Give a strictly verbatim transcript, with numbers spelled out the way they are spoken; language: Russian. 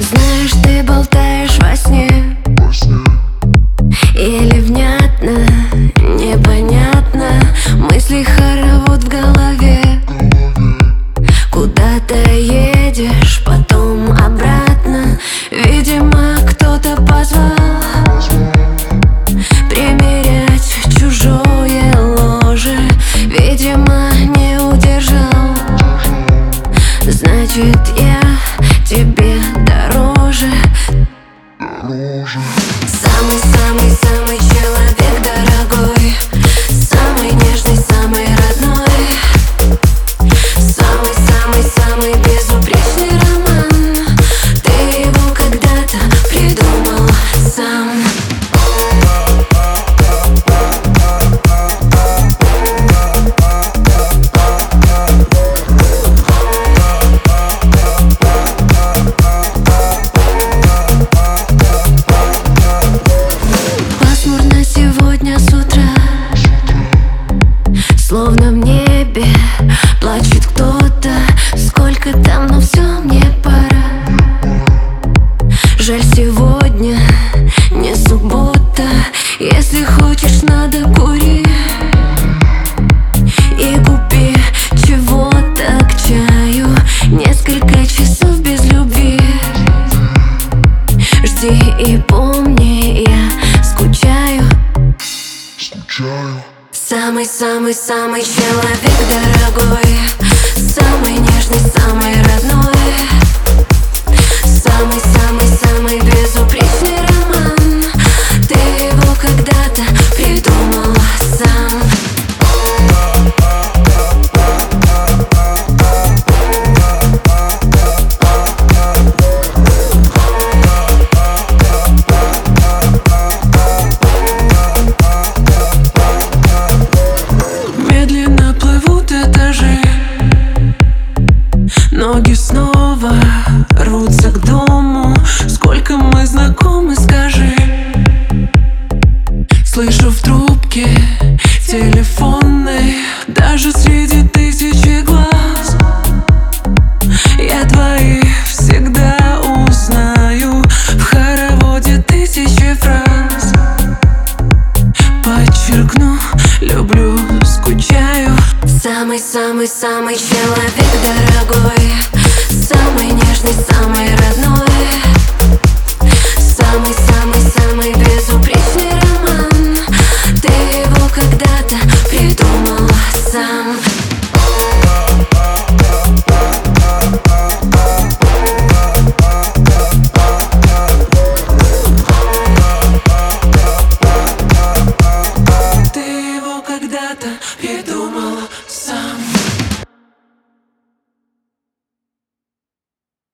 Знаешь, ты болтаешь во сне, еле внятно, непонятно. Мысли хоровод в голове. Куда ты едешь, потом обратно. Видимо, кто-то позвал примерять чужое ложе. Видимо, не удержал. Значит, я тебе дороже. Самый-самый-самый человек дорогой, самый нежный, самый родной, самый-самый-самый безупречный роман. Ты его когда-то придумал сам. Сегодня с утра, словно в небе плачет кто-то. Сколько там, но все, мне пора. Жаль, сегодня не суббота. Если хочешь, надо кури и купи чего-то к чаю. Несколько часов без любви. Жди и помни, я скучаю. Самый-самый-самый человек дорогой, самый нежный, самый родной, самый-самый-самый безупречный роман. Ты его когда-то придумал сам. Ноги снова рвутся к дому. Сколько мы знакомы, скажи. Слышу в трубке телефонной, даже среди тысячи глаз, я твои всегда узнаю. В хороводе тысячи фраз. Подчеркну, люблю, скучаю. Самый-самый-самый человек дорогой,